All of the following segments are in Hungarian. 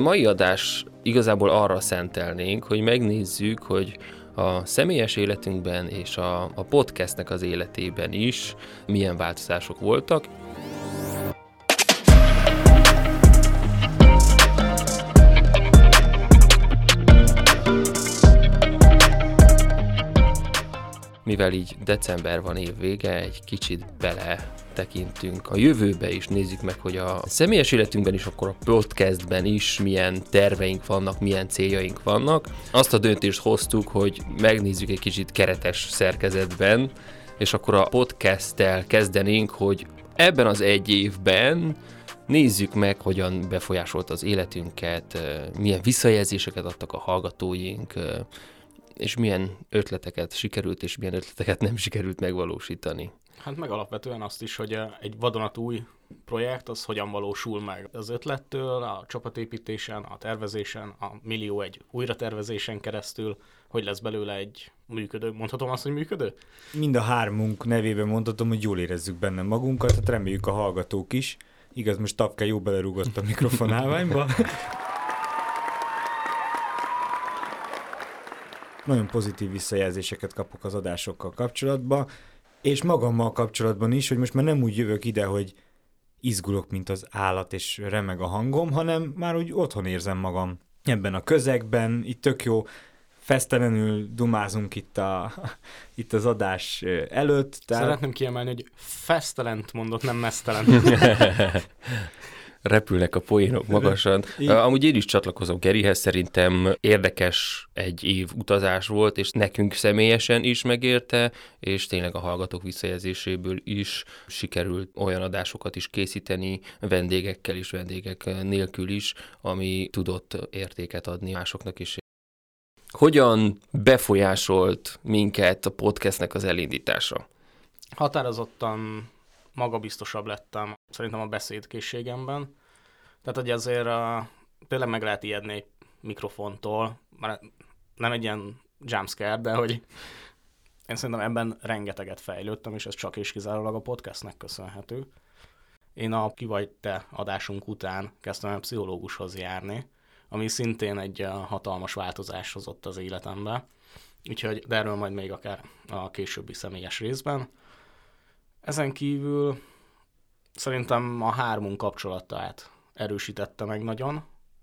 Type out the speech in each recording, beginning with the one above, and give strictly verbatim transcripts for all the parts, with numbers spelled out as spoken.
mai adás igazából arra szentelnénk, hogy megnézzük, hogy a személyes életünkben és a, a podcastnek az életében is milyen változások voltak. Mivel így december van, év vége, egy kicsit bele tekintünk a jövőbe is, nézzük meg, hogy a személyes életünkben is, akkor a podcastben is milyen terveink vannak, milyen céljaink vannak. Azt a döntést hoztuk, hogy megnézzük egy kicsit keretes szerkezetben, és akkor a podcasttel kezdenénk, hogy ebben az egy évben nézzük meg, hogyan befolyásolt az életünket, milyen visszajelzéseket adtak a hallgatóink, és milyen ötleteket sikerült, és milyen ötleteket nem sikerült megvalósítani. Hát meg alapvetően azt is, hogy egy vadonatúj projekt, az hogyan valósul meg. Az ötlettől, a csapatépítésen, a tervezésen, a millió egy újratervezésen keresztül, hogy lesz belőle egy működő. Mondhatom azt, hogy működő? Mind a hármunk nevében mondhatom, hogy jól érezzük benne magunkat, tehát reméljük a hallgatók is. Igaz, most Tapke jó belerúgott a mikrofonálványba. Nagyon pozitív visszajelzéseket kapok az adásokkal kapcsolatban, és magammal kapcsolatban is, hogy most már nem úgy jövök ide, hogy izgulok, mint az állat, és remeg a hangom, hanem már úgy otthon érzem magam ebben a közegben, itt tök jó, fesztelenül dumázunk itt, a, itt az adás előtt. Tehát... Szeretném kiemelni, hogy fesztelent mondott, nem mesztelen. Repülnek a poénok magasan. I- Amúgy én is csatlakozom Gerihez, szerintem érdekes egy év utazás volt, és nekünk személyesen is megérte, és tényleg a hallgatók visszajelzéséből is sikerült olyan adásokat is készíteni, vendégekkel is, vendégek nélkül is, ami tudott értéket adni másoknak is. Hogyan befolyásolt minket a podcastnek az elindítása? Határozottan magabiztosabb lettem szerintem a beszédkészségemben. Tehát, hogy azért uh, tényleg meg lehet ijedni egy mikrofontól, már nem egy ilyen jumpscare, de hogy én szerintem ebben rengeteget fejlődtem, és ez csak és kizárólag a podcastnek köszönhető. Én a Ki vagy te adásunk után kezdtem el pszichológushoz járni, ami szintén egy uh, hatalmas változás hozott az életembe. Úgyhogy, de erről majd még akár a későbbi személyes részben. Ezen kívül szerintem a hármunk kapcsolatát erősítette meg nagyon.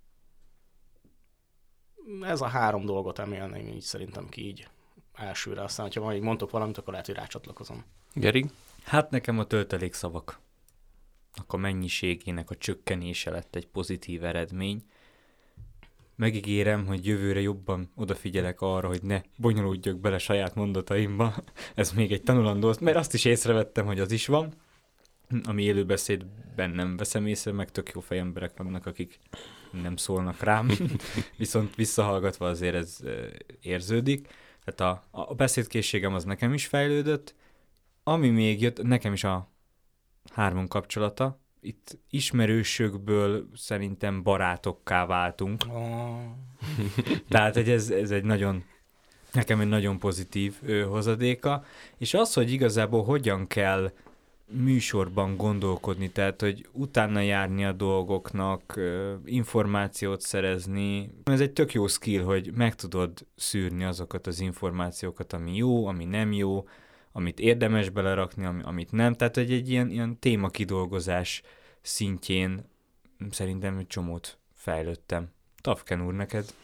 Ez a három dolgot emelném így szerintem ki így elsőre. Aztán, hogyha majd mondtok valamit, akkor lehet, hogy rácsatlakozom. Geri? Hát nekem a töltelékszavak. A mennyiségének a csökkenése lett egy pozitív eredmény. Megígérem, hogy jövőre jobban odafigyelek arra, hogy ne bonyolódjak bele saját mondataimba. Ez még egy tanulandó, mert azt is észrevettem, hogy az is van, ami élőbeszédben nem veszem észre, meg tök jó fejemberek vannak, akik nem szólnak rám, viszont visszahallgatva azért ez érződik. Tehát a, a beszédkészségem az nekem is fejlődött, ami még jött, nekem is a hármunk kapcsolata. Itt ismerősökből szerintem barátokká váltunk. Oh. Tehát ez, ez egy nagyon, nekem egy nagyon pozitív ö, hozadéka. És az, hogy igazából hogyan kell műsorban gondolkodni, tehát hogy utána járni a dolgoknak, ö, információt szerezni. Ez egy tök jó skill, hogy meg tudod szűrni azokat az információkat, ami jó, ami nem jó, amit érdemes belerakni, amit nem. Tehát, hogy egy ilyen, ilyen témakidolgozás szintjén szerintem egy csomót fejlődtem. Tafken úr, neked?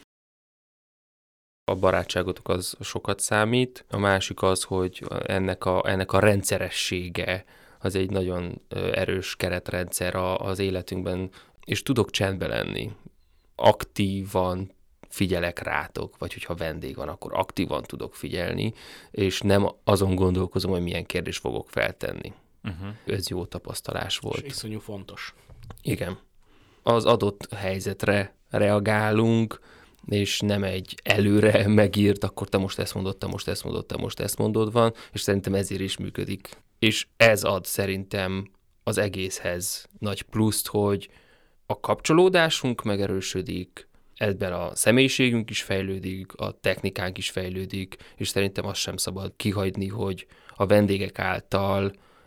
A barátságotok az sokat számít. A másik az, hogy ennek a, ennek a rendszeressége az egy nagyon erős keretrendszer az életünkben, és tudok csendbe lenni. Aktívan figyelek rátok, vagy hogyha vendég van, akkor aktívan tudok figyelni, és nem azon gondolkozom, hogy milyen kérdést fogok feltenni. Uh-huh. Ez jó tapasztalás volt. És iszonyú fontos. Igen. Az adott helyzetre reagálunk, és nem egy előre megírt, akkor te most ezt mondod, te most ezt mondod, te most ezt mondod van, és szerintem ezért is működik. És ez ad szerintem az egészhez nagy pluszt, hogy a kapcsolódásunk megerősödik, ebben a személyiségünk is fejlődik, a technikánk is fejlődik, és szerintem azt sem szabad kihagyni, hogy a vendégek által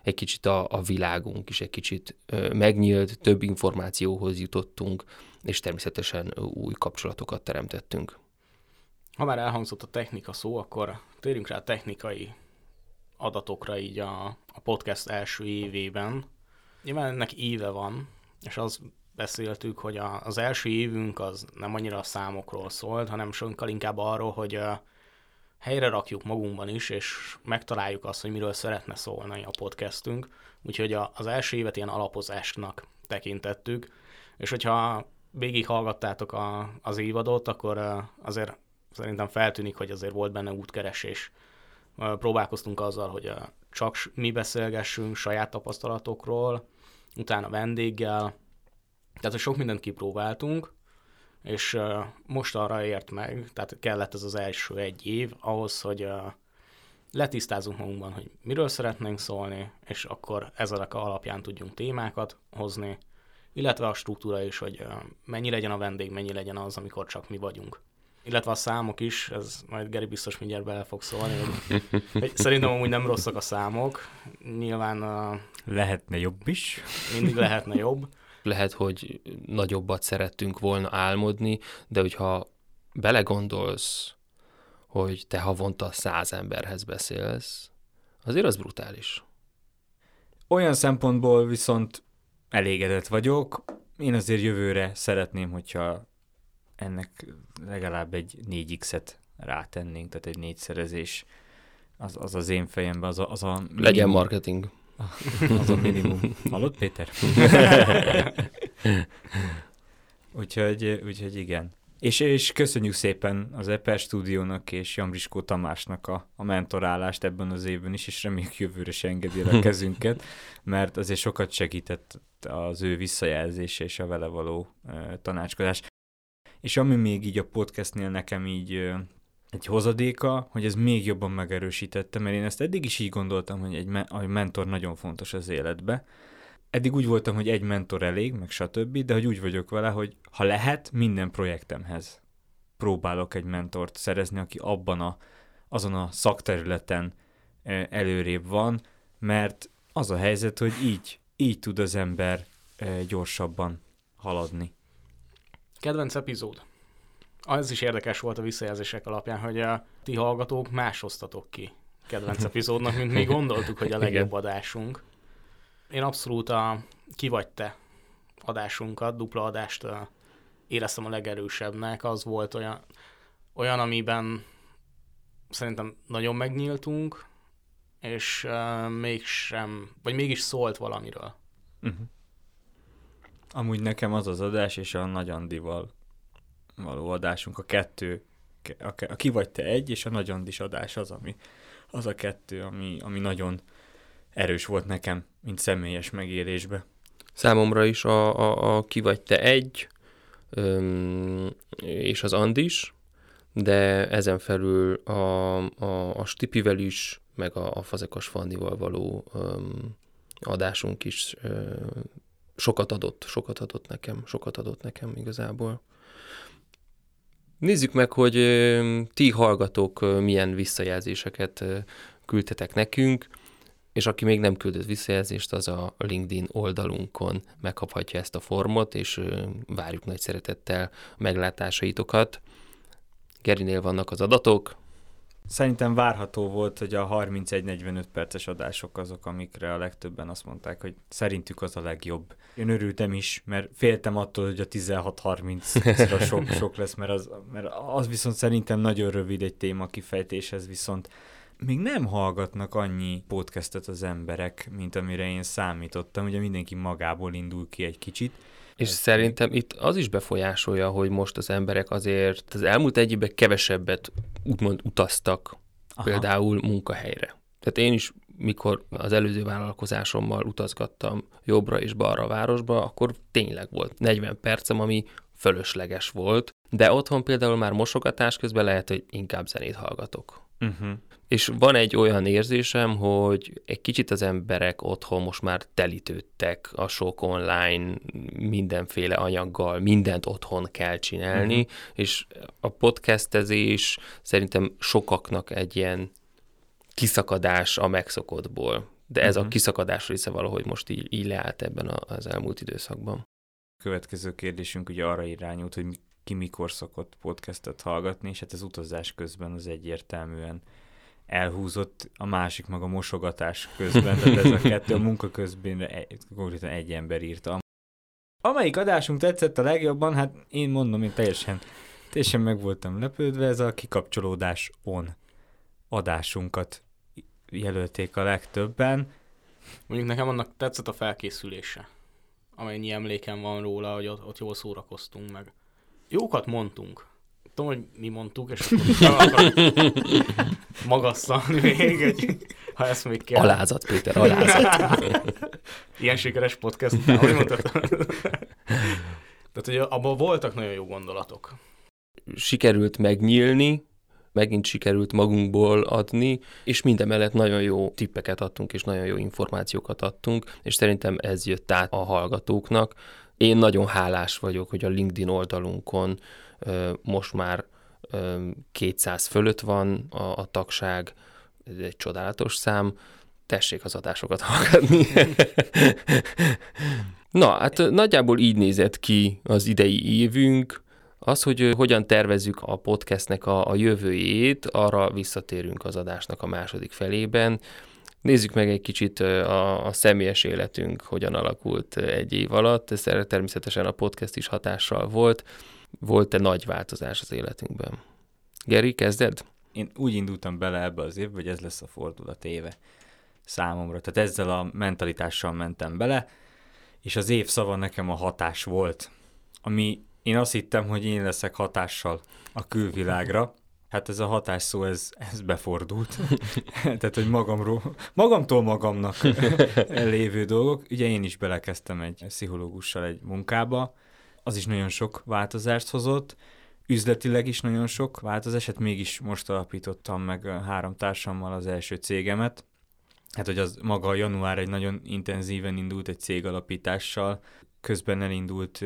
egy kicsit a, a világunk is egy kicsit ö, megnyílt, több információhoz jutottunk, és természetesen új kapcsolatokat teremtettünk. Ha már elhangzott a technika szó, akkor térjünk rá a technikai adatokra így a, a podcast első évében. Nyilván ennek éve van, és azt beszéltük, hogy a, az első évünk az nem annyira a számokról szólt, hanem sokkal inkább arról, hogy a, helyre rakjuk magunkban is, és megtaláljuk azt, hogy miről szeretne szólni a podcastünk. Úgyhogy a, az első évet ilyen alapozásnak tekintettük, és hogyha végighallgattátok a, az évadot, akkor azért szerintem feltűnik, hogy azért volt benne útkeresés. Próbálkoztunk azzal, hogy csak mi beszélgessünk saját tapasztalatokról, utána vendéggel, tehát hogy sok mindent kipróbáltunk, és most arra ért meg, tehát kellett ez az első egy év ahhoz, hogy letisztázunk magunkban, hogy miről szeretnénk szólni, és akkor ezek alapján tudjunk témákat hozni, illetve a struktúra is, hogy mennyi legyen a vendég, mennyi legyen az, amikor csak mi vagyunk. Illetve a számok is, ez majd Geri biztos mindjárt bele fog szólni, hogy szerintem amúgy nem rosszak a számok, nyilván lehetne jobb is. Mindig lehetne jobb. Lehet, hogy nagyobbat szerettünk volna álmodni, de hogyha belegondolsz, hogy te havonta száz emberhez beszélsz, azért az brutális. Olyan szempontból viszont elégedett vagyok. Én azért jövőre szeretném, hogyha ennek legalább egy négy x-et rátennénk, tehát egy négyszerezés. Az az, az én fejemben, az a, az a minimum. Legyen marketing. Az a minimum. Hallod, Péter? úgyhogy, úgyhogy igen. És, és köszönjük szépen az Eper Stúdiónak és Jamriskó Tamásnak a, a mentorálást ebben az évben is, és reméljük jövőre se engedi el a kezünket, mert azért sokat segített az ő visszajelzése és a vele való uh, tanácskozás. És ami még így a podcastnél nekem így uh, egy hozadéka, hogy ez még jobban megerősítette, mert én ezt eddig is így gondoltam, hogy egy me- a mentor nagyon fontos az életbe. Eddig úgy voltam, hogy egy mentor elég, meg stb., de hogy úgy vagyok vele, hogy ha lehet, minden projektemhez próbálok egy mentort szerezni, aki abban a, azon a szakterületen előrébb van, mert az a helyzet, hogy így, így tud az ember gyorsabban haladni. Kedvenc epizód? Az is érdekes volt a visszajelzések alapján, hogy a ti hallgatók más osztatok ki kedvenc epizódnak, mint mi gondoltuk, hogy a legjobb adásunk. Én abszolút a Ki vagy te adásunkat, dupla adást éreztem a legerősebbnek. Az volt olyan, olyan amiben szerintem nagyon megnyíltunk, és uh, mégsem, vagy mégis szólt valamiről. Uh-huh. Amúgy nekem az az adás és a Nagy Andival való adásunk, a kettő, a, a Ki vagy te egy, és a Nagy Andis adás az, ami, az a kettő, ami, ami nagyon erős volt nekem, mint személyes megélésbe. Számomra is a, a, a Ki vagy te egy, öm, és az Andis, de ezen felül a, a, a Stipivel is, meg a, a Fazekas Fannival való öm, adásunk is öm, sokat adott, sokat adott nekem, sokat adott nekem igazából. Nézzük meg, hogy öm, ti hallgatók öm, milyen visszajelzéseket öm, küldtetek nekünk, és aki még nem küldött visszajelzést, az a LinkedIn oldalunkon megkaphatja ezt a formot, és várjuk nagy szeretettel meglátásaitokat. Gerinél vannak az adatok. Szerintem várható volt, hogy a harmincegy-negyvenöt perces adások azok, amikre a legtöbben azt mondták, hogy szerintük az a legjobb. Én örültem is, mert féltem attól, hogy a tizenhat harmincra sok, sok lesz, mert az, mert az viszont szerintem nagyon rövid egy téma kifejtéshez, viszont még nem hallgatnak annyi podcastet az emberek, mint amire én számítottam. Ugye mindenki magából indul ki egy kicsit. És Ez szerintem még... itt az is befolyásolja, hogy most az emberek azért az elmúlt egy évben kevesebbet úgymond utaztak. Aha. Például munkahelyre. Tehát én is, mikor az előző vállalkozásommal utazgattam jobbra és balra a városba, akkor tényleg volt negyven percem, ami fölösleges volt. De otthon például már mosogatás közben lehet, hogy inkább zenét hallgatok. Uh-huh. És van egy olyan érzésem, hogy egy kicsit az emberek otthon most már telítődtek a sok online mindenféle anyaggal, mindent otthon kell csinálni, uh-huh. és a podcastezés szerintem sokaknak egy ilyen kiszakadás a megszokottból. De ez uh-huh. a kiszakadás része valahogy most így, így leállt ebben az elmúlt időszakban. Következő kérdésünk ugye arra irányult, hogy ki mikor szokott podcastot hallgatni, és hát az utazás közben az egyértelműen elhúzott, a másik meg a mosogatás közben, tehát ez a kettő a munka közben egy, konkrétan egy ember írta. Amelyik adásunk tetszett a legjobban, hát én mondom, én teljesen, teljesen meg voltam lepődve, ez a kikapcsolódás on adásunkat jelölték a legtöbben. Mondjuk nekem annak tetszett a felkészülése, amennyi emlékem van róla, hogy ott, ott jól szórakoztunk meg. Jókat mondtunk. Tudom, hogy mi mondtuk, és akkor akarok magasszalni még egy, ha ezt még kell. Alázat, Péter, alázat. Ilyen sikeres podcast után, hogy mondtad? Tehát, hogy abban voltak nagyon jó gondolatok. Sikerült megnyílni, megint sikerült magunkból adni, és mindemellett nagyon jó tippeket adtunk, és nagyon jó információkat adtunk, és szerintem ez jött át a hallgatóknak. Én nagyon hálás vagyok, hogy a LinkedIn oldalunkon most már kétszáz fölött van a, a tagság, ez egy csodálatos szám, tessék az adásokat hallgatni. Na, hát nagyjából így nézett ki az idei évünk. Az, hogy hogyan tervezzük a podcastnek a, a jövőjét, arra visszatérünk az adásnak a második felében. Nézzük meg egy kicsit a, a személyes életünk, hogyan alakult egy év alatt. Ez természetesen a podcast is hatással volt. Volt-e nagy változás az életünkben? Geri, kezded? Én úgy indultam bele ebbe az évbe, hogy ez lesz a fordulat éve számomra. Tehát ezzel a mentalitással mentem bele, és az év szava nekem a hatás volt, ami én azt hittem, hogy én leszek hatással a külvilágra. Hát ez a hatás szó, ez, ez befordult. Tehát, hogy magamról, magamtól magamnak lévő dolgok. Ugye én is belekezdtem egy pszichológussal egy munkába. Az is nagyon sok változást hozott. Üzletileg is nagyon sok változás. Hát mégis most alapítottam meg három társammal az első cégemet. Hát, hogy az maga a január egy nagyon intenzíven indult egy cégalapítással. Közben elindult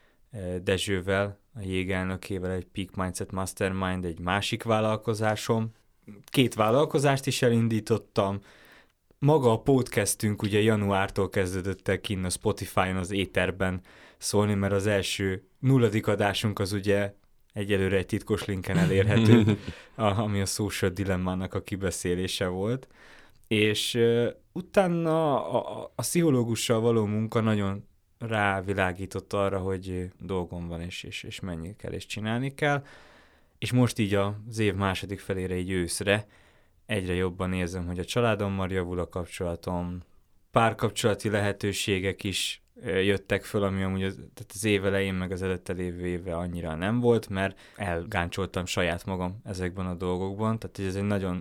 Dezsővel, a jégelnökével egy Peak Mindset Mastermind, egy másik vállalkozásom. Két vállalkozást is elindítottam. Maga a podcastünk ugye januártól kezdődött el kinn a Spotify-on, az éterben szólni, mert az első nulladik adásunk az ugye egyelőre egy titkos linken elérhető, ami a Social Dilemmának a kibeszélése volt. És uh, utána a, a, a pszichológussal való munka nagyon rávilágított arra, hogy dolgom van, és, és, és menni kell, és csinálni kell. És most így az év második felére, így őszre egyre jobban érzem, hogy a családommal javul a kapcsolatom, párkapcsolati lehetőségek is jöttek föl, ami amúgy az, tehát az év elején, meg az előtte lévő éve annyira nem volt, mert elgáncsoltam saját magam ezekben a dolgokban, tehát ez egy nagyon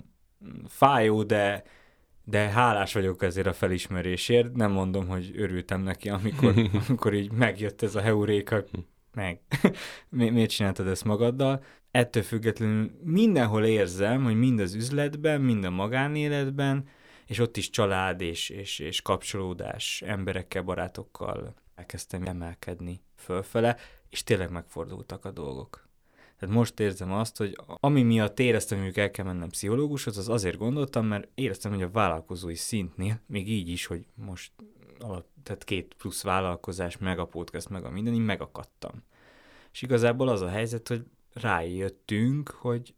fájó, de de hálás vagyok ezért a felismerésért. Nem mondom, hogy örültem neki, amikor, amikor így megjött ez a heuréka, meg Mi, miért csináltad ezt magaddal. Ettől függetlenül mindenhol érzem, hogy mind az üzletben, mind a magánéletben, és ott is család és, és, és kapcsolódás emberekkel, barátokkal elkezdtem emelkedni fölfele, és tényleg megfordultak a dolgok. Tehát most érzem azt, hogy ami miatt éreztem, hogy el kell mennem pszichológushoz, az azért gondoltam, mert éreztem, hogy a vállalkozói szintnél, még így is, hogy most alap, tehát két plusz vállalkozás, meg a podcast, meg a minden, így megakadtam. És igazából az a helyzet, hogy rájöttünk, hogy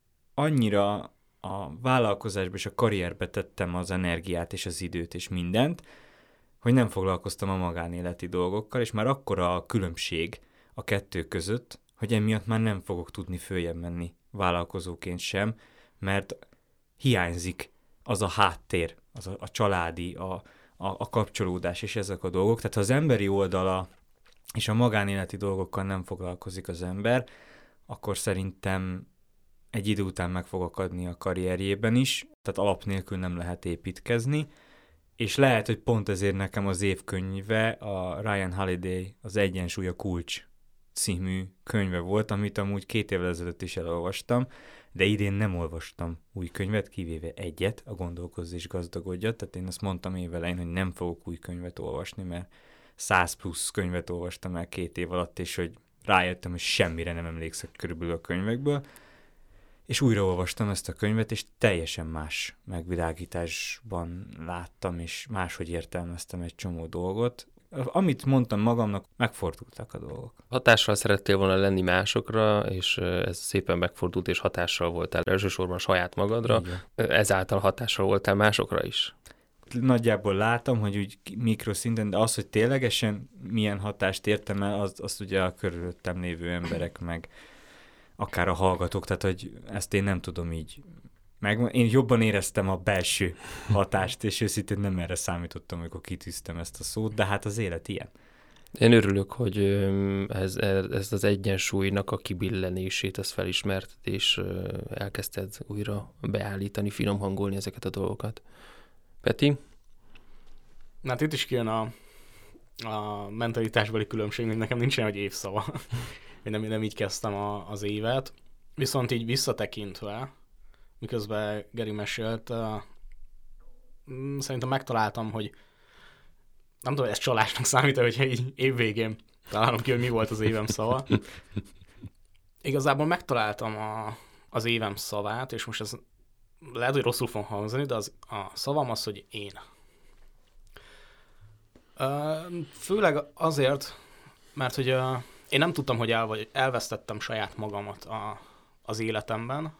annyira a vállalkozásba és a karrierbe tettem az energiát és az időt és mindent, hogy nem foglalkoztam a magánéleti dolgokkal, és már akkora a különbség a kettő között, hogy emiatt már nem fogok tudni följebb menni vállalkozóként sem, mert hiányzik az a háttér, az a, a családi, a, a, a kapcsolódás és ezek a dolgok. Tehát ha az emberi oldala és a magánéleti dolgokkal nem foglalkozik az ember, akkor szerintem egy idő után meg fog akadni a karrierjében is, tehát alap nélkül nem lehet építkezni, és lehet, hogy pont ezért nekem az évkönyve a Ryan Holiday, az Egyensúly a kulcs című könyve volt, amit amúgy két évvel ezelőtt is elolvastam, de idén nem olvastam új könyvet, kivéve egyet, a Gondolkozz és gazdagodj. Tehát én azt mondtam évelején, hogy nem fogok új könyvet olvasni, mert száz plusz könyvet olvastam el két év alatt, és hogy rájöttem, hogy semmire nem emlékszek körülbelül a könyvekből. És újraolvastam ezt a könyvet, és teljesen más megvilágításban láttam, és máshogy értelmeztem egy csomó dolgot. Amit mondtam magamnak, megfordultak a dolgok. Hatással szerettél volna lenni másokra, és ez szépen megfordult, és hatással voltál elsősorban saját magadra, igen. Ezáltal hatással voltál másokra is. Nagyjából látom, hogy úgy mikroszinten, de az, hogy ténylegesen milyen hatást értem el, azt, azt ugye a körülöttem lévő emberek, meg akár a hallgatók, tehát hogy ezt én nem tudom így meg. Én jobban éreztem a belső hatást, és őszintén nem erre számítottam, amikor kitűztem ezt a szót, de hát az élet ilyen. Én örülök, hogy ez, ez az egyensúlynak a kibillenését, ezt felismerted, és elkezdted újra beállítani, finom hangolni ezeket a dolgokat. Peti? Na, hát itt is kijön a, a mentalitásbeli különbség, még nekem nincsen egy évszava. Én nem, nem így kezdtem a, az évet. Viszont így visszatekintve, miközben Geri mesélt, uh, szerintem megtaláltam, hogy nem tudom, hogy ez csalásnak számít, hogyha így évvégén találom ki, hogy mi volt az évem szava. Igazából megtaláltam a, az évem szavát, és most ez lehet, hogy rosszul fog hangzani, de az, a szavam az, hogy én. Uh, főleg azért, mert hogy uh, én nem tudtam, hogy el, vagy elvesztettem saját magamat a, az életemben,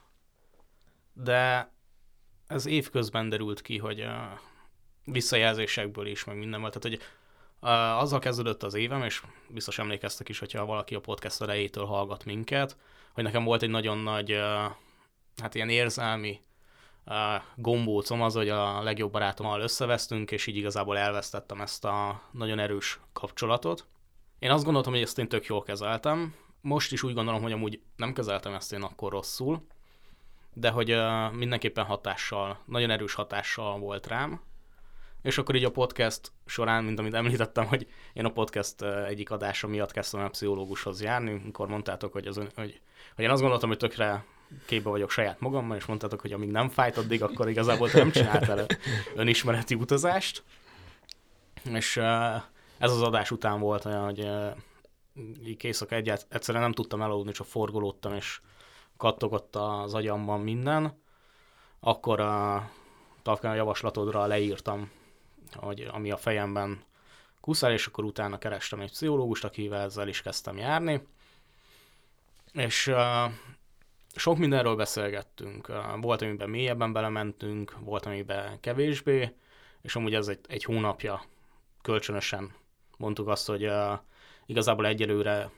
de ez évközben derült ki, hogy uh, visszajelzésekből is, meg minden volt. Tehát, hogy uh, azzal kezdődött az évem, és biztos emlékeztek is, hogyha valaki a podcast elejétől hallgat minket, hogy nekem volt egy nagyon nagy, uh, hát ilyen érzelmi uh, gombócom az, hogy a legjobb barátommal összevesztünk, és így igazából elvesztettem ezt a nagyon erős kapcsolatot. Én azt gondoltam, hogy ezt én tök jól kezeltem. Most is úgy gondolom, hogy amúgy nem kezeltem ezt én akkor rosszul, de hogy uh, mindenképpen hatással, nagyon erős hatással volt rám. És akkor így a podcast során, mint amit említettem, hogy én a podcast uh, egyik adása miatt kezdtem el pszichológushoz járni, amikor mondtátok, hogy, az ön, hogy, hogy én azt gondoltam, hogy tökre képbe vagyok saját magammal, és mondtátok, hogy amíg nem fájt addig, akkor igazából te nem csináltál önismereti utazást. És uh, ez az adás után volt olyan, hogy uh, így éjszaka egyet, egyszerűen nem tudtam elaludni, csak forgolódtam, és kattogott az agyamban minden. Akkor a Tavkán a javaslatodra leírtam, hogy ami a fejemben kuszál, és akkor utána kerestem egy pszichológust, akivel ezzel is kezdtem járni. És uh, sok mindenről beszélgettünk. Uh, volt, amiben mélyebben belementünk, volt, amiben kevésbé, és amúgy ez egy, egy hónapja kölcsönösen mondtuk azt, hogy uh, igazából egyelőre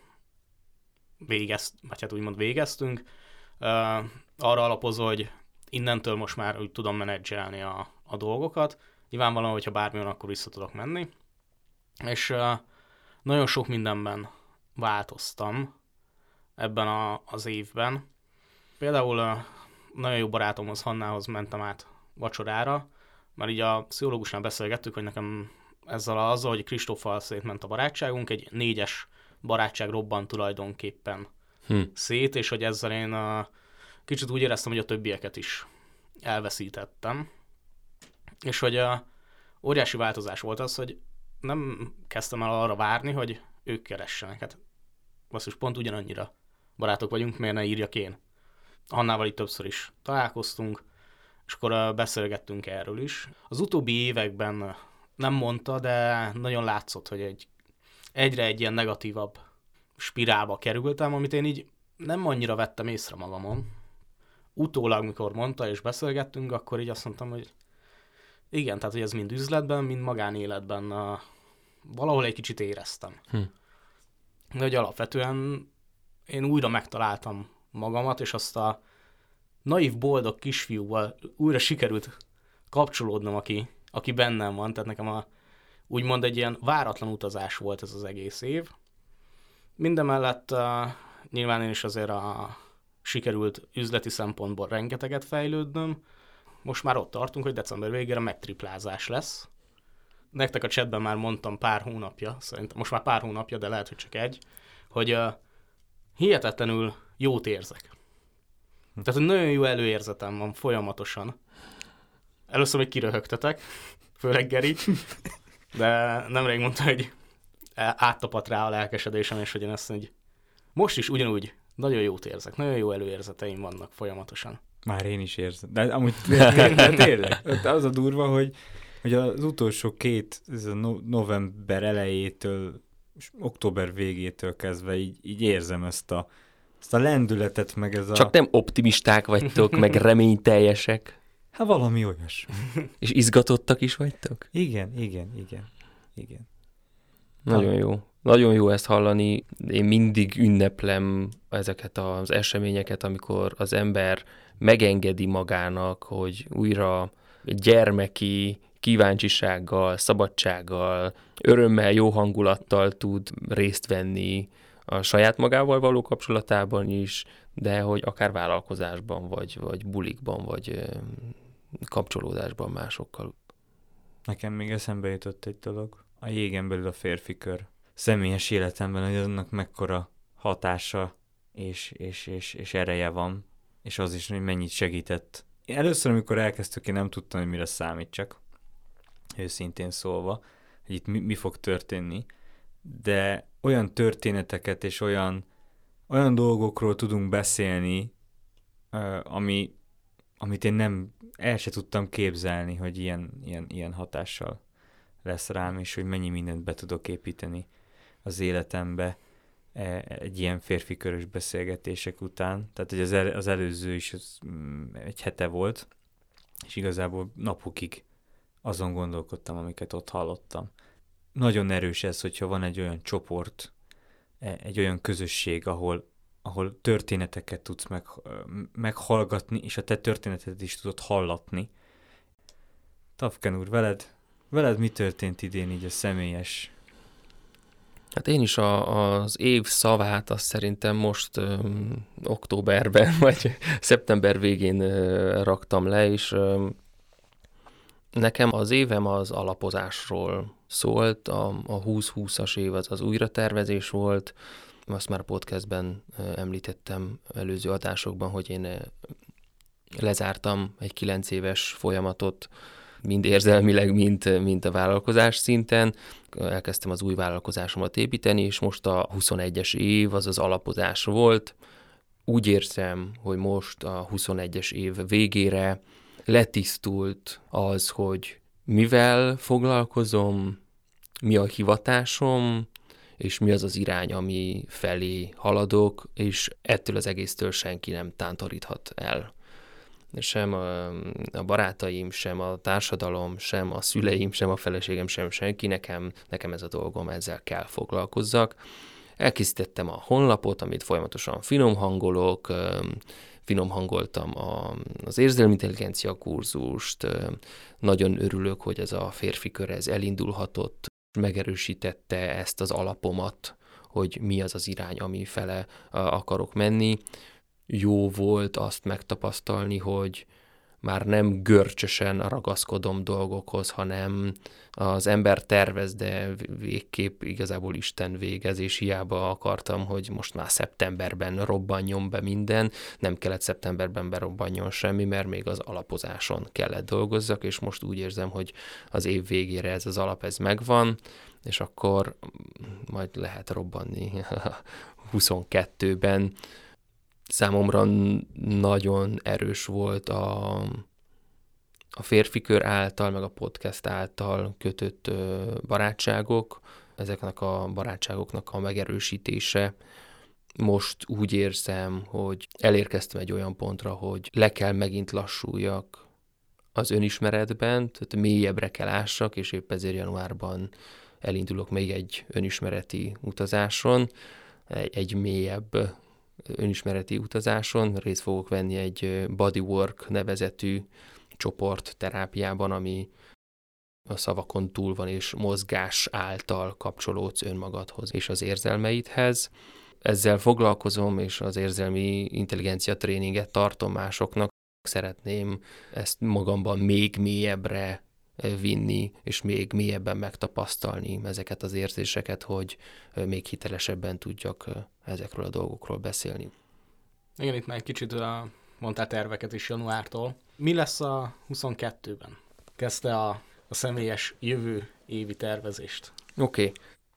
végezt, vagy hát úgymond végeztünk. Uh, arra alapozva, hogy innentől most már úgy tudom menedzselni a, a dolgokat. Nyilvánvalóan, hogyha bármi van, akkor vissza tudok menni. És uh, nagyon sok mindenben változtam ebben a, az évben. Például uh, nagyon jó barátomhoz, Hannához mentem át vacsorára, mert így a pszichológusnál beszélgettük, hogy nekem ezzel azzal, hogy Kristóffal szétment a barátságunk, egy négyes barátság robbant tulajdonképpen hm. szét, és hogy ezzel én uh, kicsit úgy éreztem, hogy a többieket is elveszítettem. És hogy uh, óriási változás volt az, hogy nem kezdtem el arra várni, hogy ők keressenek. Hát basszus, pont ugyanannyira barátok vagyunk, miért ne írjak én. Hannával itt többször is találkoztunk, és akkor uh, beszélgettünk erről is. Az utóbbi években uh, nem mondta, de nagyon látszott, hogy egy, egyre egy ilyen negatívabb spirálba kerültem, amit én így nem annyira vettem észre magamon. Utólag, mikor mondta és beszélgettünk, akkor így azt mondtam, hogy igen, tehát hogy ez mind üzletben, mind magánéletben uh, valahol egy kicsit éreztem. Hm. De hogy alapvetően én újra megtaláltam magamat, és azt a naív, boldog kisfiúval újra sikerült kapcsolódnom, aki, aki bennem van. Tehát nekem a, úgymond egy ilyen váratlan utazás volt ez az egész év. Mindemellett uh, nyilván én is azért a sikerült üzleti szempontból rengeteget fejlődnöm. Most már ott tartunk, hogy december végére megtriplázás lesz. Nektek a chatben már mondtam pár hónapja, szerintem most már pár hónapja, de lehet, hogy csak egy, hogy uh, hihetetlenül jót érzek. Tehát, hogy nagyon jó előérzetem van folyamatosan. Először még kiröhögtetek, főleg Geri, de nemrég mondta, hogy áttapadt rá a lelkesedésem, és hogy én ezt így most is ugyanúgy Nagyon jót érzek, nagyon jó előérzeteim vannak folyamatosan. Már én is érzem. De amúgy de tényleg, az a durva, hogy, hogy az utolsó két, ez a no- november elejétől, október végétől kezdve így, így érzem ezt a, ezt a lendületet, meg ez a... Csak nem optimisták vagytok, meg reményteljesek. Hát valami olyas. És izgatottak is vagytok? Igen, igen, igen, igen. Nagyon jó. Nagyon jó ezt hallani. Én mindig ünneplem ezeket az eseményeket, amikor az ember megengedi magának, hogy újra gyermeki kíváncsisággal, szabadsággal, örömmel, jó hangulattal tud részt venni a saját magával való kapcsolatában is, de hogy akár vállalkozásban, vagy, vagy bulikban, vagy kapcsolódásban másokkal. Nekem még eszembe jutott egy dolog. A jégen belül a férfi kör. Személyes életemben, hogy annak mekkora hatása és, és, és, és ereje van, és az is, hogy mennyit segített. Először, amikor elkezdtük, én nem tudtam, hogy mire számítsak, őszintén szólva, hogy itt mi, mi fog történni, de olyan történeteket és olyan, olyan dolgokról tudunk beszélni, ami, amit én nem, el se tudtam képzelni, hogy ilyen, ilyen, ilyen hatással lesz rám, és hogy mennyi mindent be tudok építeni az életembe egy ilyen férfi körös beszélgetések után. Tehát, hogy az, el, az előző is az, egy hete volt, és igazából napokig azon gondolkodtam, amiket ott hallottam. Nagyon erős ez, hogyha van egy olyan csoport, egy olyan közösség, ahol, ahol történeteket tudsz meg, meghallgatni, és a te történetet is tudod hallatni. Tafken úr, veled, veled mi történt idén így a személyes? Hát én is a, az év szavát azt szerintem most öm, októberben, vagy szeptember végén ö, raktam le, és ö, nekem az évem az alapozásról szólt, a, a húsz-húszas év az az újratervezés volt, azt már podcastben ö, említettem előző adásokban, hogy én ö, lezártam egy kilenc éves folyamatot, mind érzelmileg, mint, mint a vállalkozás szinten. Elkezdtem az új vállalkozásomat építeni, és most a huszonegyes év az az alapozás volt. Úgy érzem, hogy most a huszonegyes év végére letisztult az, hogy mivel foglalkozom, mi a hivatásom, és mi az az irány, ami felé haladok, és ettől az egésztől senki nem tántoríthat el. Sem a barátaim, sem a társadalom, sem a szüleim, sem a feleségem, sem senki, nekem, nekem ez a dolgom, ezzel kell foglalkozzak. Elkészítettem a honlapot, amit folyamatosan finom hangolok, finom hangoltam a, az érzelmi intelligencia kurzust, nagyon örülök, hogy ez a férfi kör ez elindulhatott, megerősítette ezt az alapomat, hogy mi az az irány, ami fele akarok menni. Jó volt azt megtapasztalni, hogy már nem görcsösen ragaszkodom dolgokhoz, hanem az ember tervez, de végképp igazából Isten végez, és hiába akartam, hogy most már szeptemberben robbanjon be minden, nem kellett szeptemberben berobbanjon semmi, mert még az alapozáson kellett dolgozzak, és most úgy érzem, hogy az év végére ez az alap, ez megvan, és akkor majd lehet robbanni huszonkettőben. Számomra nagyon erős volt a, a férfi kör által, meg a podcast által kötött barátságok, ezeknek a barátságoknak a megerősítése. Most úgy érzem, hogy elérkeztem egy olyan pontra, hogy le kell megint lassuljak az önismeretben, tehát mélyebbre kell ássak, és épp ezért januárban elindulok még egy önismereti utazáson, egy, egy mélyebb önismereti utazáson, részt fogok venni egy bodywork nevezetű csoport terápiában, ami a szavakon túl van, és mozgás által kapcsolódsz önmagadhoz és az érzelmeidhez. Ezzel foglalkozom, és az érzelmi intelligencia tréninget tartom másoknak. Szeretném ezt magamban még mélyebbre vinni, és még mélyebben megtapasztalni ezeket az érzéseket, hogy még hitelesebben tudjak ezekről a dolgokról beszélni. Igen, itt már egy kicsit mondtál terveket is januártól. Mi lesz a huszonkettőben? Kezdte a, a személyes jövő évi tervezést? Oké. Okay.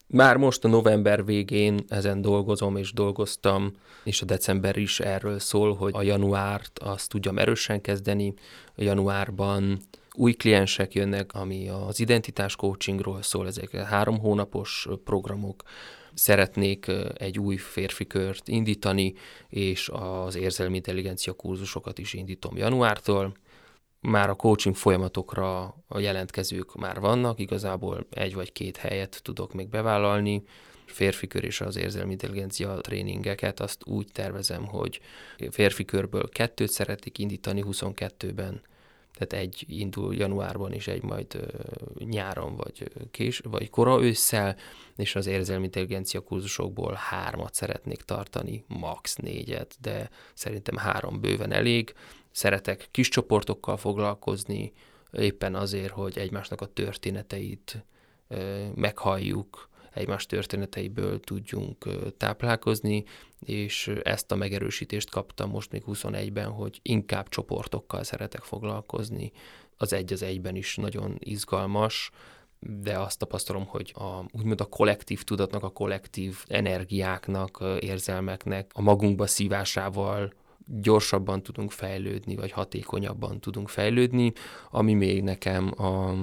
Már most a november végén ezen dolgozom és dolgoztam, és a december is erről szól, hogy a januárt azt tudjam erősen kezdeni. A januárban új kliensek jönnek, ami az identitás coachingról szól, ezek három hónapos programok. Szeretnék egy új férfikört indítani, és az érzelmi intelligencia kurzusokat is indítom januártól. Már a coaching folyamatokra a jelentkezők már vannak, igazából egy vagy két helyet tudok még bevállalni. Férfikör és az érzelmi intelligencia tréningeket azt úgy tervezem, hogy férfikörből kettőt szeretik indítani huszonkettőben, tehát egy indul januárban, és egy majd ö, nyáron, vagy kés, vagy kora ősszel, és az érzelmi intelligencia kurzusokból hármat szeretnék tartani, max. négyet, de szerintem három bőven elég. Szeretek kis csoportokkal foglalkozni, éppen azért, hogy egymásnak a történeteit ö, meghalljuk, egymás történeteiből tudjunk ö, táplálkozni, és ezt a megerősítést kaptam most még huszonegyben, hogy inkább csoportokkal szeretek foglalkozni. Az egy az egyben is nagyon izgalmas, de azt tapasztalom, hogy a, úgymond a kollektív tudatnak, a kollektív energiáknak, érzelmeknek a magunkba szívásával gyorsabban tudunk fejlődni, vagy hatékonyabban tudunk fejlődni, ami még nekem a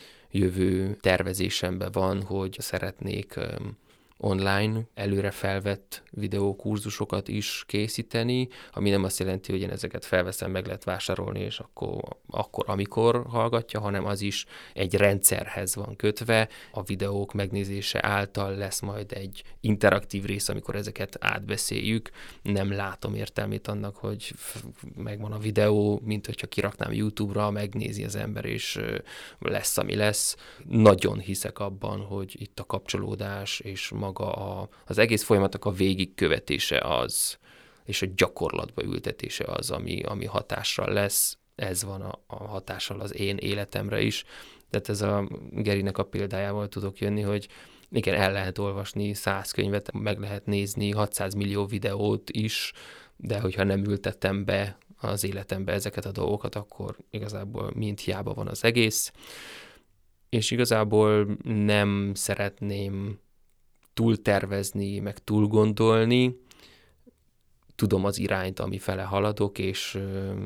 jövő tervezésemben van, hogy szeretnék online előre felvett videókurzusokat is készíteni, ami nem azt jelenti, hogy én ezeket felveszem, meg lehet vásárolni, és akkor, akkor amikor hallgatja, hanem az is egy rendszerhez van kötve. A videók megnézése által lesz majd egy interaktív rész, amikor ezeket átbeszéljük. Nem látom értelmét annak, hogy megvan a videó, mint hogyha kiraknám YouTube-ra, megnézi az ember, és lesz, ami lesz. Nagyon hiszek abban, hogy itt a kapcsolódás és maga a, az egész folyamatnak a végigkövetése az, és a gyakorlatba ültetése az, ami, ami hatással lesz. Ez van a, a hatással az én életemre is. Tehát ez a Gerinek a példájával tudok jönni, hogy igen, el lehet olvasni száz könyvet, meg lehet nézni hatszáz millió videót is, de hogyha nem ültettem be az életembe ezeket a dolgokat, akkor igazából mind hiába van az egész. És igazából nem szeretném túltervezni, meg túlgondolni. Tudom az irányt, ami fele haladok, és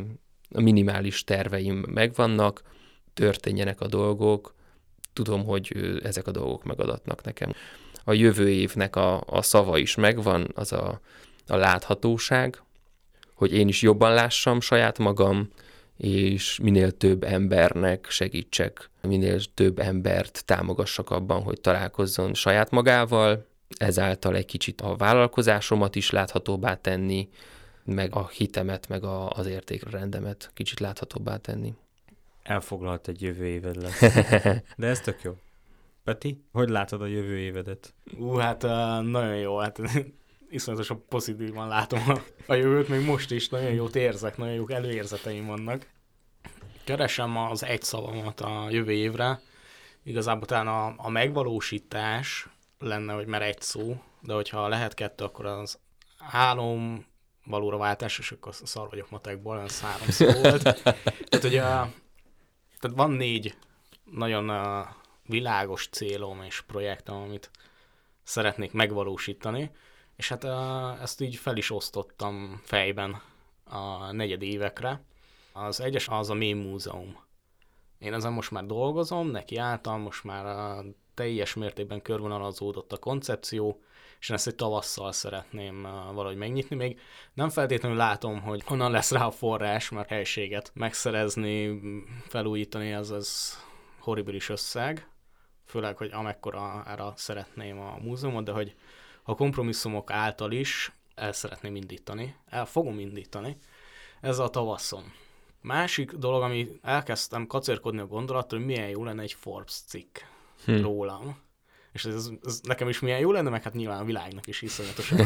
a minimális terveim megvannak, történjenek a dolgok, tudom, hogy ezek a dolgok megadatnak nekem. A jövő évnek a, a szava is megvan, az a, a láthatóság, hogy én is jobban lássam saját magam, és minél több embernek segítsek, minél több embert támogassak abban, hogy találkozzon saját magával, ezáltal egy kicsit a vállalkozásomat is láthatóbbá tenni, meg a hitemet, meg a, az értékrendemet kicsit láthatóbbá tenni. Elfoglalt egy jövő éved lesz. De ez tök jó. Peti, hogy látod a jövő évedet? Ú, hát uh, nagyon jó, hát iszonyatosan pozitívan látom a, a jövőt, még most is nagyon jót érzek, nagyon jók előérzeteim vannak. Keresem az egy szavamat a jövő évre, igazából talán a, a megvalósítás lenne, hogy már egy szó, de hogyha lehet kettő, akkor az álom valóra váltás, és akkor szar vagyok matekból, ez három szó volt. Tehát ugye, tehát van négy nagyon uh, világos célom és projektem, amit szeretnék megvalósítani, és hát uh, ezt így fel is osztottam fejben a negyed évekre. Az egyes az a Mém Múzeum. Én ezen most már dolgozom, neki álltam, most már uh, teljes mértékben körvonalazódott a koncepció, és én ezt egy tavasszal szeretném uh, valahogy megnyitni. Még nem feltétlenül látom, hogy honnan lesz rá a forrás, mert helységet megszerezni, felújítani, ez az horribilis összeg. Főleg, hogy amekkorára szeretném a múzeumot, de hogy a kompromisszumok által is el szeretném indítani, el fogom indítani, ez a tavasszon. Másik dolog, ami elkezdtem kacérkodni a gondolattól, hogy milyen jó lenne egy Forbes cikk hm. rólam. És ez, ez nekem is milyen jó lenne, meg hát nyilván a világnak is iszonyatosan.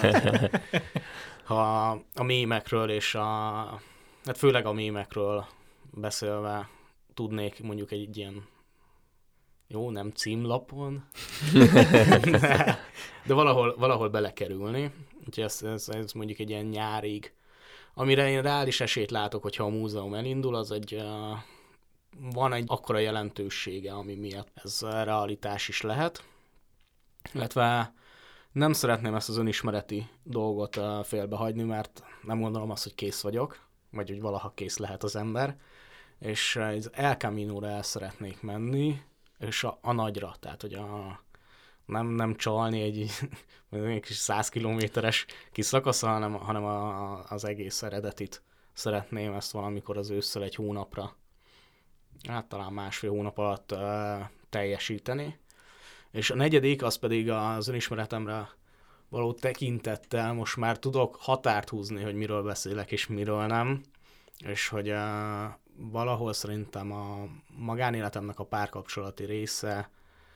Ha a mémekről és a, hát főleg a mémekről beszélve tudnék mondjuk egy ilyen, jó, nem címlapon, de, de valahol, valahol belekerülni. Úgyhogy ez, ez, ez mondjuk egy ilyen nyárig, amire én reális esélyt látok, hogyha a múzeum elindul, az egy, uh, van egy akkora jelentősége, ami miatt ez realitás is lehet. Illetve nem szeretném ezt az önismereti dolgot uh, félbehagyni, mert nem gondolom azt, hogy kész vagyok, vagy hogy valaha kész lehet az ember, és uh, az El Camino-ra el szeretnék menni, és a, a nagyra, tehát hogy a, nem, nem csalni egy, egy kis száz kilométeres kis szakasz, hanem, hanem a, a, az egész eredetit szeretném ezt valamikor az ősszel egy hónapra, hát talán másfél hónap alatt uh, teljesíteni. És a negyedik, az pedig az önismeretemre való tekintettel most már tudok határt húzni, hogy miről beszélek és miről nem, és hogy uh, valahol szerintem a magánéletemnek a párkapcsolati része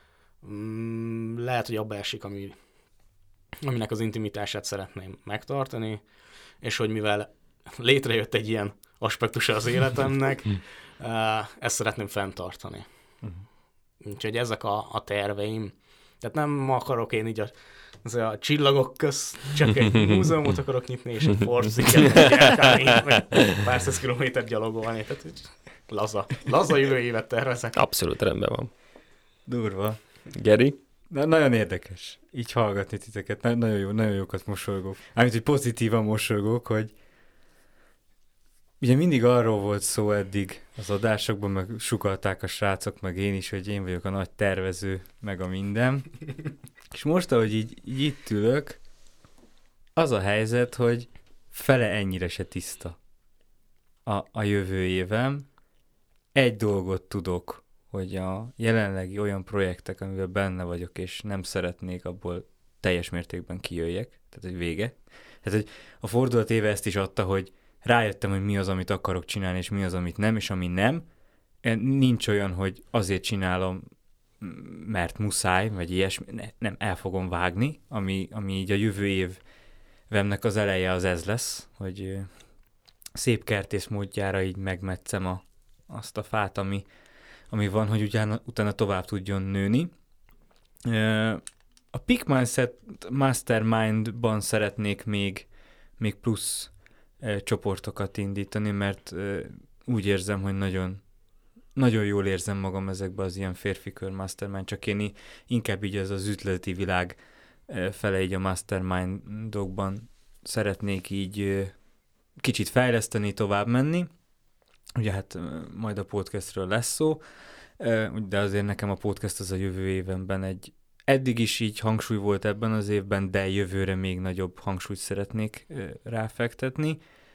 um, lehet, hogy abba esik, ami, aminek az intimitását szeretném megtartani, és hogy mivel létrejött egy ilyen aspektusa az életemnek, uh, ezt szeretném fenntartani. Úgyhogy ezek a, a terveim. Tehát nem akarok én így a, az a csillagok közt csak egy múzeumot akarok nyitni, és egy Forziket meg pár száz kilométert gyalogolni. Tehát laza. Laza jövő évet tervezek. Abszolút rendben van. Durva. Geri? Na, nagyon érdekes így hallgatni titeket. Na, nagyon jó, nagyon jókat mosolygok. Ámint, hogy pozitívan mosolygok, hogy ugye mindig arról volt szó eddig az adásokban, meg sugalták a srácok, meg én is, hogy én vagyok a nagy tervező, meg a minden. És most, ahogy így, így itt ülök, az a helyzet, hogy fele ennyire se tiszta a, a jövő évem. Egy dolgot tudok, hogy a jelenlegi olyan projektek, amivel benne vagyok, és nem szeretnék abból teljes mértékben kijöjjek, tehát hogy vége. Tehát, hogy a fordulat éve ezt is adta, hogy rájöttem, hogy mi az, amit akarok csinálni, és mi az, amit nem, és ami nem. Nincs olyan, hogy azért csinálom, mert muszáj, vagy ilyesmi. Ne, nem, el fogom vágni, ami, ami így a jövő évemnek az eleje az ez lesz, hogy szép kertész módjára így megmetszem a, azt a fát, ami, ami van, hogy utána, utána tovább tudjon nőni. A Peak Mindset Mastermind-ban szeretnék még, még plusz csoportokat indítani, mert úgy érzem, hogy nagyon, nagyon jól érzem magam ezekben az ilyen férfi kör mastermind, csak én inkább így az az üzleti világ fele így a mastermindokban szeretnék így kicsit fejleszteni, tovább menni. Ugye hát majd a podcastről lesz szó, de azért nekem a podcast az a jövő évenben egy, eddig is így hangsúly volt ebben az évben, de jövőre még nagyobb hangsúlyt szeretnék ráfektetni.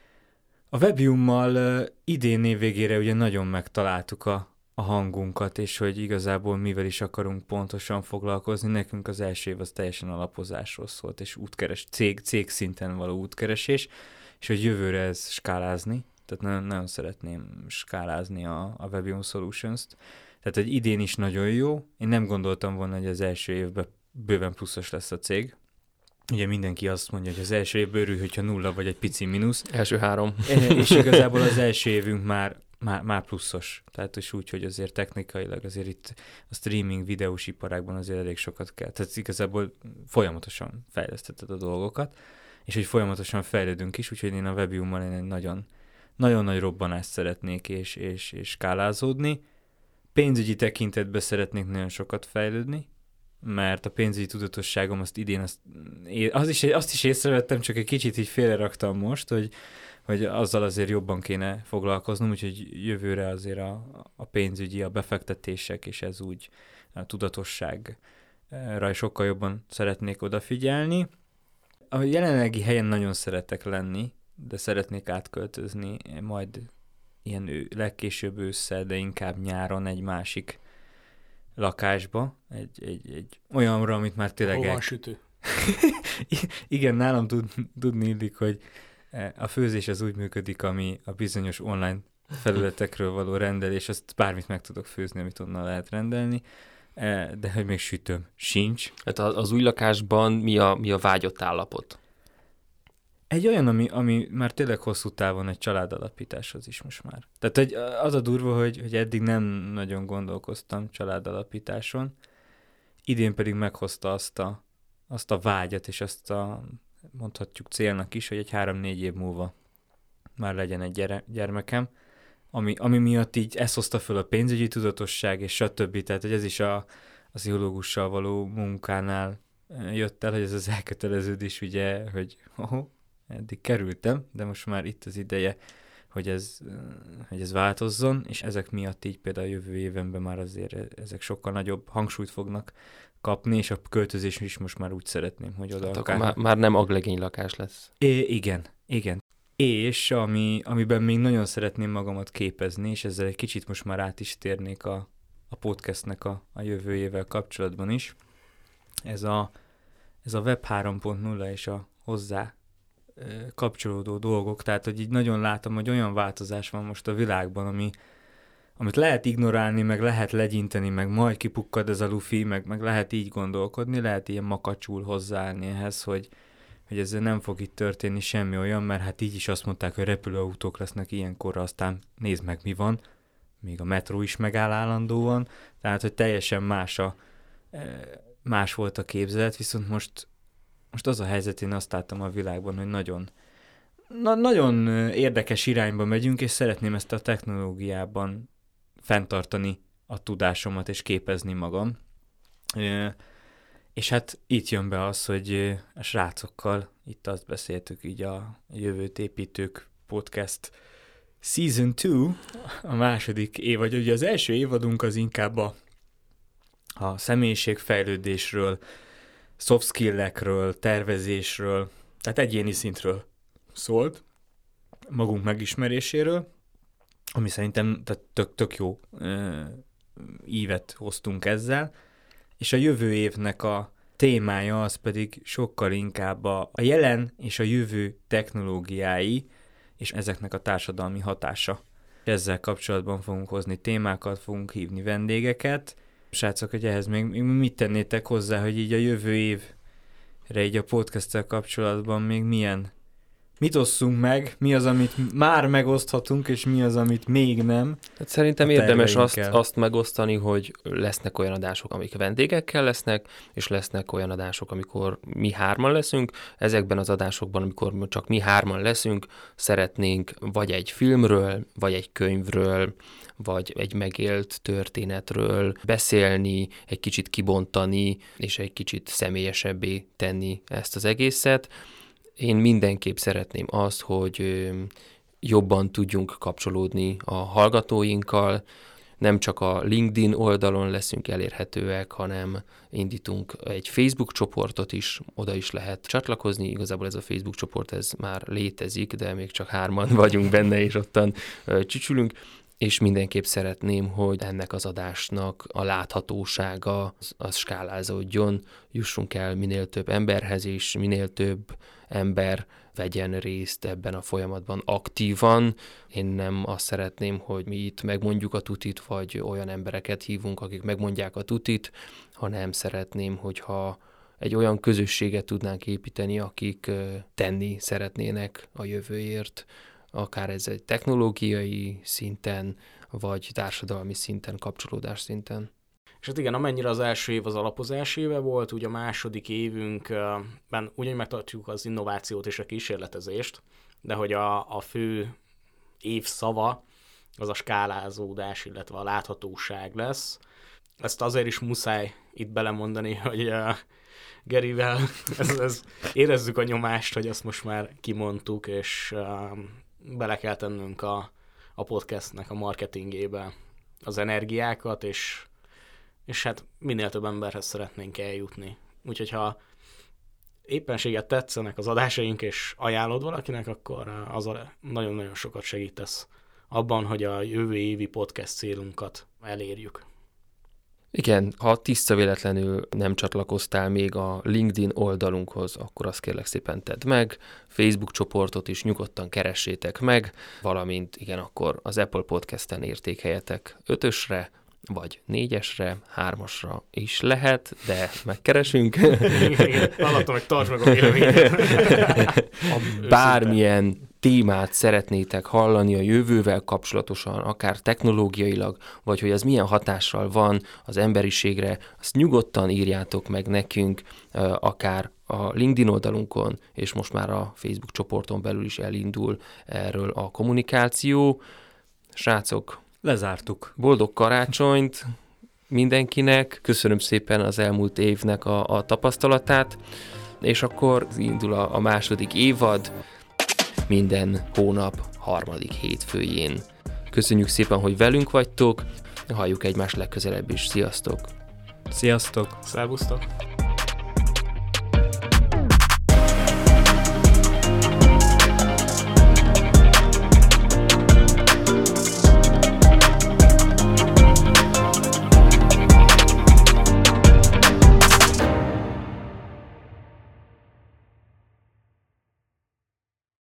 A Webiummal idén év végére ugye nagyon megtaláltuk a, a hangunkat, és hogy igazából mivel is akarunk pontosan foglalkozni. Nekünk az első év az teljesen alapozásról szólt, és útkeres, cég, cég szinten való útkeresés, és hogy jövőre ez skálázni. Tehát nagyon, nagyon szeretném skálázni a, a Webium Solutions-t. Tehát, hogy idén is nagyon jó. Én nem gondoltam volna, hogy az első évben bőven pluszos lesz a cég. Ugye mindenki azt mondja, hogy az első évben örül, hogyha nulla vagy egy pici mínusz. Első három. És igazából az első évünk már, már, már pluszos. Tehát is úgy, hogy azért technikailag azért itt a streaming videós iparágban azért elég sokat kell. Tehát igazából folyamatosan fejlesztetted a dolgokat, és hogy folyamatosan fejlődünk is, úgyhogy én a Webiummal én egy nagyon, nagyon nagy robbanást szeretnék és, és, és skálázódni. Pénzügyi tekintetben szeretnék nagyon sokat fejlődni, mert a pénzügyi tudatosságom azt idén, azt, az is, azt is észrevettem, csak egy kicsit így félreraktam most, hogy, hogy azzal azért jobban kéne foglalkoznom, úgyhogy jövőre azért a, a pénzügyi, a befektetések, és ez úgy a tudatosságra sokkal jobban szeretnék odafigyelni. A jelenlegi helyen nagyon szeretek lenni, de szeretnék átköltözni majd ilyen ő, legkésőbb ősszel, de inkább nyáron egy másik lakásba, egy, egy, egy olyanra, amit már tényleg... Hol van sütő? Igen, nálam tud, tudni illik, hogy a főzés az úgy működik, ami a bizonyos online felületekről való rendelés, azt bármit meg tudok főzni, amit onnan lehet rendelni, de hogy még sütőm sincs. Hát az új lakásban mi a, mi a vágyott állapot? Egy olyan, ami, ami már tényleg hosszú távon egy családalapításhoz is most már. Tehát hogy az a durva, hogy, hogy eddig nem nagyon gondolkoztam családalapításon, idén pedig meghozta azt a, azt a vágyat, és azt a, mondhatjuk célnak is, hogy egy három-négy év múlva már legyen egy gyere, gyermekem, ami, ami miatt így ezt hozta föl a pénzügyi tudatosság, és stb. Tehát, hogy ez is a, a pszichológussal való munkánál jött el, hogy ez az elköteleződés ugye, hogy oh, eddig kerültem, de most már itt az ideje, hogy ez, hogy ez változzon, és ezek miatt így például a jövő évenben már azért ezek sokkal nagyobb hangsúlyt fognak kapni, és a költözés is most már úgy szeretném, hogy oda hát akár... már, már nem aglegény lakás lesz. É, igen, igen. És ami, amiben még nagyon szeretném magamat képezni, és ezzel egy kicsit most már át is térnék a, a podcastnek a, a jövőjével kapcsolatban is, ez a, ez a Web három pont nulla és a hozzá kapcsolódó dolgok, tehát hogy így nagyon látom, hogy olyan változás van most a világban, ami, amit lehet ignorálni, meg lehet legyinteni, meg majd kipukkad ez a lufi, meg, meg lehet így gondolkodni, lehet ilyen makacsul hozzáállni ehhez, hogy, hogy ezzel nem fog itt történni semmi olyan, mert hát így is azt mondták, hogy repülőautók lesznek ilyenkorra, aztán nézd meg mi van, még a metró is megáll állandóan, tehát hogy teljesen más, a, más volt a képzelet, viszont most Most az a helyzet, én azt láttam a világban, hogy nagyon, na, nagyon érdekes irányba megyünk, és szeretném ezt a technológiában fenntartani a tudásomat, és képezni magam. És hát itt jön be az, hogy a srácokkal, itt azt beszéltük így a Jövőt építők podcast Season kettő, a második évad, ugye az első évadunk az inkább a, a személyiségfejlődésről, soft skill-ekről, tervezésről, tehát egyéni szintről szólt, magunk megismeréséről, ami szerintem tehát tök, tök jó ö, ívet hoztunk ezzel, és a jövő évnek a témája az pedig sokkal inkább a, a jelen és a jövő technológiái, és ezeknek a társadalmi hatása. Ezzel kapcsolatban fogunk hozni témákat, fogunk hívni vendégeket. Srácok, hogy ehhez még mit tennétek hozzá, hogy így a jövő évre így a podcasttel kapcsolatban még milyen, mit osszunk meg, mi az, amit már megoszthatunk, és mi az, amit még nem. Hát szerintem érdemes azt, azt megosztani, hogy lesznek olyan adások, amik vendégekkel lesznek, és lesznek olyan adások, amikor mi hárman leszünk. Ezekben az adásokban, amikor csak mi hárman leszünk, szeretnénk vagy egy filmről, vagy egy könyvről, vagy egy megélt történetről beszélni, egy kicsit kibontani, és egy kicsit személyesebbé tenni ezt az egészet. Én mindenképp szeretném azt, hogy jobban tudjunk kapcsolódni a hallgatóinkkal, nem csak a LinkedIn oldalon leszünk elérhetőek, hanem indítunk egy Facebook csoportot is, oda is lehet csatlakozni. Igazából ez a Facebook csoport ez már létezik, de még csak hárman vagyunk benne, és ottan csücsülünk. És mindenképp szeretném, hogy ennek az adásnak a láthatósága az, az skálázódjon, jussunk el minél több emberhez, és minél több ember vegyen részt ebben a folyamatban aktívan. Én nem azt szeretném, hogy mi itt megmondjuk a tutit, vagy olyan embereket hívunk, akik megmondják a tutit, hanem szeretném, hogyha egy olyan közösséget tudnánk építeni, akik tenni szeretnének a jövőért, akár ez egy technológiai szinten, vagy társadalmi szinten, kapcsolódás szinten. És hát igen, amennyire az első év az alapozás éve volt, ugye a második évünkben ugyanúgy megtartjuk az innovációt és a kísérletezést, de hogy a, a fő évszava az a skálázódás, illetve a láthatóság lesz. Ezt azért is muszáj itt belemondani, hogy uh, Gerivel ez, ez, érezzük a nyomást, hogy ezt most már kimondtuk, és uh, bele kell tennünk a, a podcastnek a marketingébe az energiákat, és, és hát minél több emberhez szeretnénk eljutni. Úgyhogy ha éppenséget tetszenek az adásaink, és ajánlod valakinek, akkor az nagyon-nagyon sokat segítesz abban, hogy a jövő évi podcast célunkat elérjük. Igen, ha tiszta véletlenül nem csatlakoztál még a LinkedIn oldalunkhoz, akkor azt kérlek szépen tedd meg, Facebook csoportot is nyugodtan keressétek meg, valamint igen, akkor az Apple Podcast-en értékeljetek ötösre, vagy négyesre, hármasra is lehet, de megkeresünk. Igen, hallottam, hogy tartsd meg a véleményet. Bármilyen témát szeretnétek hallani a jövővel kapcsolatosan, akár technológiailag, vagy hogy az milyen hatással van az emberiségre, azt nyugodtan írjátok meg nekünk, akár a LinkedIn oldalunkon, és most már a Facebook csoporton belül is elindul erről a kommunikáció. Srácok, lezártuk. Boldog karácsonyt, mindenkinek, köszönöm szépen az elmúlt évnek a, a tapasztalatát, és akkor indul a, a második évad minden hónap harmadik hétfőjén. Köszönjük szépen, hogy velünk vagytok, halljuk egymást legközelebb is. Sziasztok! Sziasztok! Szervusztok!